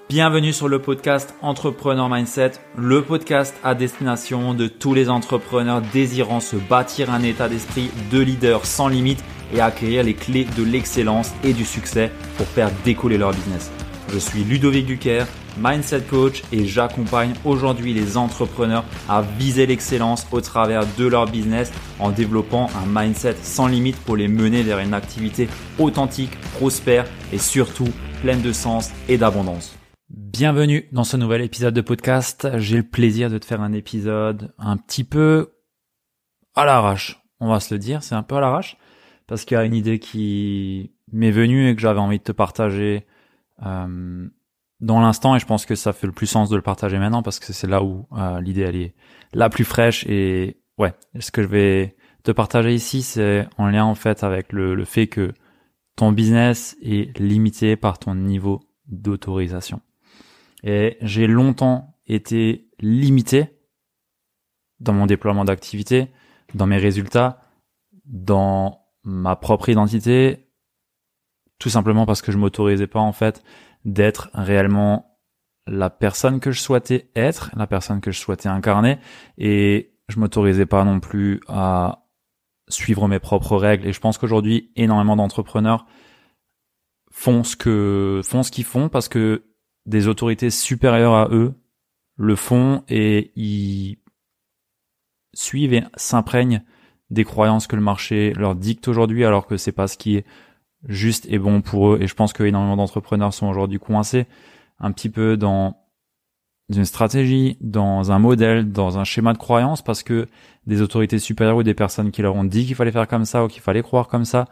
Bienvenue sur le podcast Entrepreneur Mindset, le podcast à destination de tous les entrepreneurs désirant se bâtir un état d'esprit de leader sans limite et acquérir les clés de l'excellence et du succès pour faire décoller leur business. Je suis Ludovic Duquer, Mindset Coach, et j'accompagne aujourd'hui les entrepreneurs à viser l'excellence au travers de leur business en développant un mindset sans limite pour les mener vers une activité authentique, prospère et surtout pleine de sens et d'abondance. Bienvenue dans ce nouvel épisode de podcast. J'ai le plaisir de te faire un épisode un petit peu à l'arrache. On va se le dire, c'est un peu à l'arrache parce qu'il y a une idée qui m'est venue et que j'avais envie de te partager dans l'instant, et je pense que ça fait le plus sens de le partager maintenant parce que c'est là où l'idée elle est la plus fraîche. Et ouais, ce que je vais te partager ici, c'est en lien en fait avec le fait que ton business est limité par ton niveau d'autorisation. Et j'ai longtemps été limité dans mon déploiement d'activité, dans mes résultats, dans ma propre identité, tout simplement parce que je m'autorisais pas en fait d'être réellement la personne que je souhaitais être, la personne que je souhaitais incarner, et je m'autorisais pas non plus à suivre mes propres règles. Et je pense qu'aujourd'hui, énormément d'entrepreneurs font ce qu'ils font parce que des autorités supérieures à eux le font et ils suivent et s'imprègnent des croyances que le marché leur dicte aujourd'hui, alors que c'est pas ce qui est juste et bon pour eux. Et je pense qu'énormément d'entrepreneurs sont aujourd'hui coincés un petit peu dans une stratégie, dans un modèle, dans un schéma de croyance, parce que des autorités supérieures ou des personnes qui leur ont dit qu'il fallait faire comme ça ou qu'il fallait croire comme ça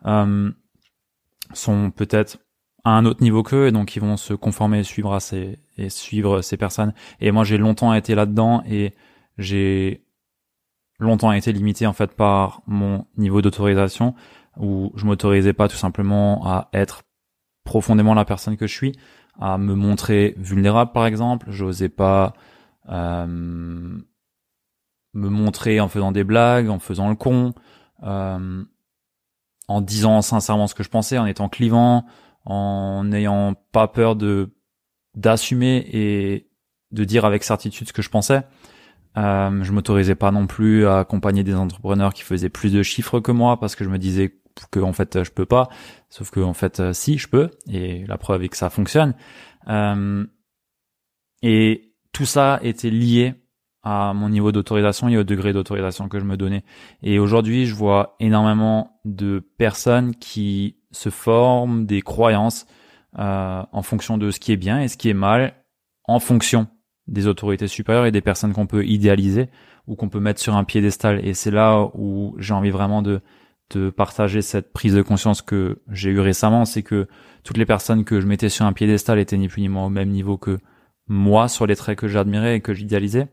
sont peut-être à un autre niveau qu'eux, et donc ils vont se conformer et suivre ces personnes. Et moi, j'ai longtemps été là-dedans et j'ai longtemps été limité en fait par mon niveau d'autorisation, où je m'autorisais pas tout simplement à être profondément la personne que je suis, à me montrer vulnérable par exemple. J'osais pas me montrer en faisant des blagues, en faisant le con, en disant sincèrement ce que je pensais, en étant clivant, en n'ayant pas peur d'assumer et de dire avec certitude ce que je pensais. Je m'autorisais pas non plus à accompagner des entrepreneurs qui faisaient plus de chiffres que moi parce que je me disais que en fait je peux pas, sauf que en fait si je peux, et la preuve est que ça fonctionne. Et tout ça était lié à mon niveau d'autorisation et au degré d'autorisation que je me donnais. Et aujourd'hui, je vois énormément de personnes qui se forment des croyances en fonction de ce qui est bien et ce qui est mal, en fonction des autorités supérieures et des personnes qu'on peut idéaliser ou qu'on peut mettre sur un piédestal. Et c'est là où j'ai envie vraiment de partager cette prise de conscience que j'ai eue récemment. C'est que toutes les personnes que je mettais sur un piédestal étaient ni plus ni moins au même niveau que moi sur les traits que j'admirais et que j'idéalisais.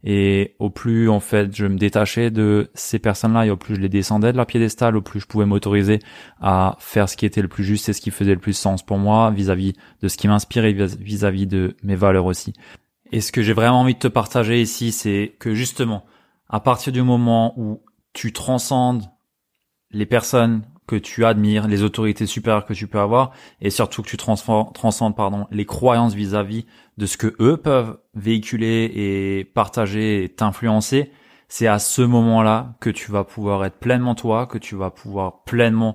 Et au plus en fait je me détachais de ces personnes-là et au plus je les descendais de leur piédestal, au plus je pouvais m'autoriser à faire ce qui était le plus juste et ce qui faisait le plus sens pour moi vis-à-vis de ce qui m'inspirait, vis-à-vis de mes valeurs aussi. Et ce que j'ai vraiment envie de te partager ici, c'est que justement, à partir du moment où tu transcendes les personnes que tu admires, les autorités supérieures que tu peux avoir, et surtout que tu transcendes les croyances vis-à-vis de ce que eux peuvent véhiculer et partager et t'influencer, c'est à ce moment-là que tu vas pouvoir être pleinement toi, que tu vas pouvoir pleinement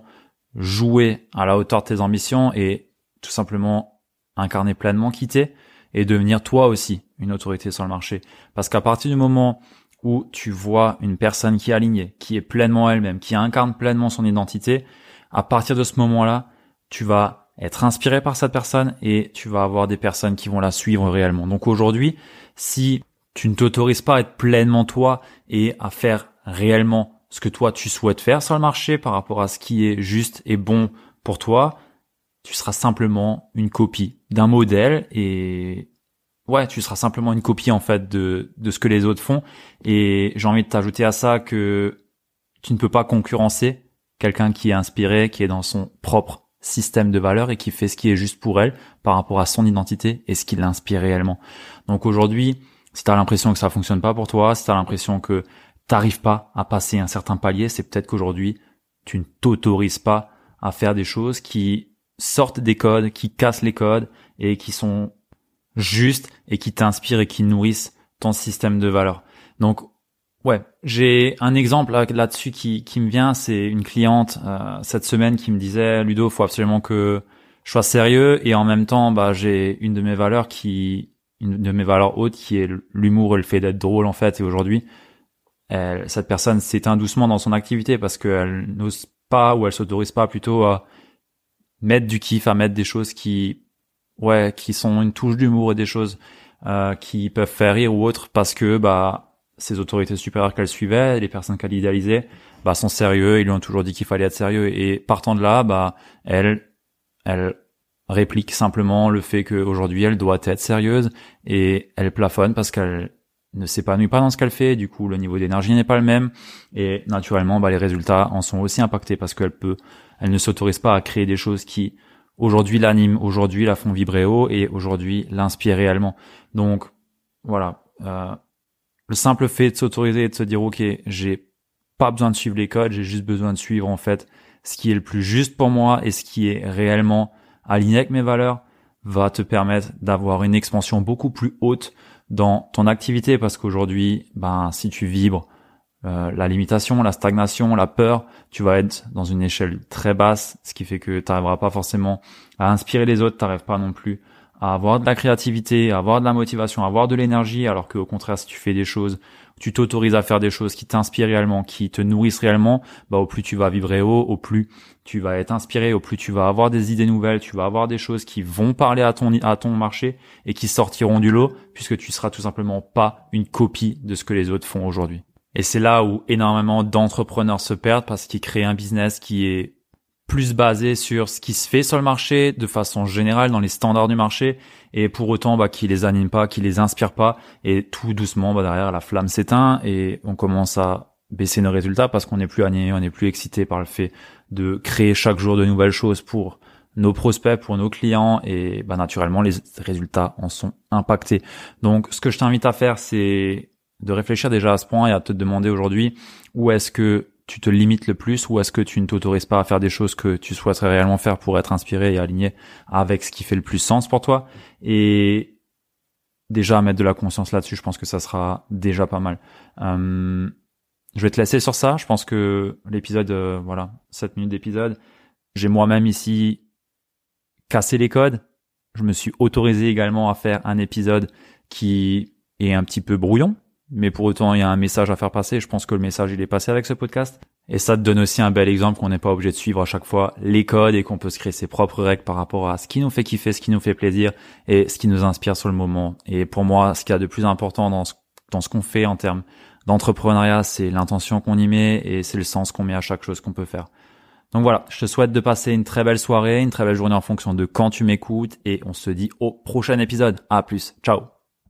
jouer à la hauteur de tes ambitions et tout simplement incarner pleinement qui t'es et devenir toi aussi une autorité sur le marché. Parce qu'à partir du moment où tu vois une personne qui est alignée, qui est pleinement elle-même, qui incarne pleinement son identité, à partir de ce moment-là, tu vas être inspiré par cette personne et tu vas avoir des personnes qui vont la suivre réellement. Donc aujourd'hui, si tu ne t'autorises pas à être pleinement toi et à faire réellement ce que toi tu souhaites faire sur le marché par rapport à ce qui est juste et bon pour toi, tu seras simplement une copie d'un modèle et ouais, tu seras simplement une copie en fait de ce que les autres font. Et j'ai envie de t'ajouter à ça que tu ne peux pas concurrencer quelqu'un qui est inspiré, qui est dans son propre système de valeurs et qui fait ce qui est juste pour elle par rapport à son identité et ce qui l'inspire réellement. Donc aujourd'hui, si tu as l'impression que ça fonctionne pas pour toi, si tu as l'impression que t'arrives pas à passer un certain palier, c'est peut-être qu'aujourd'hui, tu ne t'autorises pas à faire des choses qui sortent des codes, qui cassent les codes et qui sont justes et qui t'inspirent et qui nourrissent ton système de valeurs. Donc, ouais, j'ai un exemple là-dessus qui me vient. C'est une cliente cette semaine qui me disait, Ludo, faut absolument que je sois sérieux, et en même temps, j'ai une de mes valeurs hautes qui est l'humour et le fait d'être drôle en fait. Et aujourd'hui, cette personne s'éteint doucement dans son activité parce qu'elle n'ose pas, ou elle s'autorise pas plutôt à mettre du kiff, à mettre des choses qui sont une touche d'humour et des choses qui peuvent faire rire ou autre, parce que ces autorités supérieures qu'elle suivait, les personnes qu'elle idéalisait, sont sérieux, ils lui ont toujours dit qu'il fallait être sérieux, et partant de là, elle réplique simplement le fait qu'aujourd'hui elle doit être sérieuse, et elle plafonne parce qu'elle ne s'épanouit pas dans ce qu'elle fait. Du coup, le niveau d'énergie n'est pas le même, et naturellement, les résultats en sont aussi impactés parce elle ne s'autorise pas à créer des choses qui aujourd'hui l'animent, aujourd'hui la font vibrer haut, et aujourd'hui l'inspirent réellement. Donc voilà, le simple fait de s'autoriser et de se dire ok, j'ai pas besoin de suivre les codes, j'ai juste besoin de suivre en fait ce qui est le plus juste pour moi et ce qui est réellement aligné avec mes valeurs, va te permettre d'avoir une expansion beaucoup plus haute dans ton activité. Parce qu'aujourd'hui, si tu vibres la limitation, la stagnation, la peur, tu vas être dans une échelle très basse, ce qui fait que tu n'arriveras pas forcément à inspirer les autres, tu n'arrives pas non plus à avoir de la créativité, à avoir de la motivation, à avoir de l'énergie, alors qu'au contraire, si tu fais des choses, tu t'autorises à faire des choses qui t'inspirent réellement, qui te nourrissent réellement, au plus tu vas vibrer haut, au plus tu vas être inspiré, au plus tu vas avoir des idées nouvelles, tu vas avoir des choses qui vont parler à ton marché et qui sortiront du lot, puisque tu seras tout simplement pas une copie de ce que les autres font aujourd'hui. Et c'est là où énormément d'entrepreneurs se perdent, parce qu'ils créent un business qui est plus basé sur ce qui se fait sur le marché de façon générale, dans les standards du marché, et pour autant qui les anime pas, qui les inspire pas, et tout doucement derrière la flamme s'éteint et on commence à baisser nos résultats parce qu'on n'est plus animé, on n'est plus excité par le fait de créer chaque jour de nouvelles choses pour nos prospects, pour nos clients, et naturellement les résultats en sont impactés. Donc ce que je t'invite à faire, c'est de réfléchir déjà à ce point et à te demander aujourd'hui où est-ce que tu te limites le plus, ou est-ce que tu ne t'autorises pas à faire des choses que tu souhaiterais réellement faire pour être inspiré et aligné avec ce qui fait le plus sens pour toi. Et déjà mettre de la conscience là-dessus, je pense que ça sera déjà pas mal. Je vais te laisser sur ça. Je pense que l'épisode, 7 minutes d'épisode, j'ai moi-même ici cassé les codes. Je me suis autorisé également à faire un épisode qui est un petit peu brouillon, mais pour autant il y a un message à faire passer. Je pense que le message il est passé avec ce podcast, et ça te donne aussi un bel exemple qu'on n'est pas obligé de suivre à chaque fois les codes, et qu'on peut se créer ses propres règles par rapport à ce qui nous fait kiffer, ce qui nous fait plaisir et ce qui nous inspire sur le moment. Et pour moi, ce qu'il y a de plus important dans ce qu'on fait en termes d'entrepreneuriat, c'est l'intention qu'on y met, et c'est le sens qu'on met à chaque chose qu'on peut faire. Donc voilà, je te souhaite de passer une très belle soirée, une très belle journée en fonction de quand tu m'écoutes, et on se dit au prochain épisode. À plus, ciao.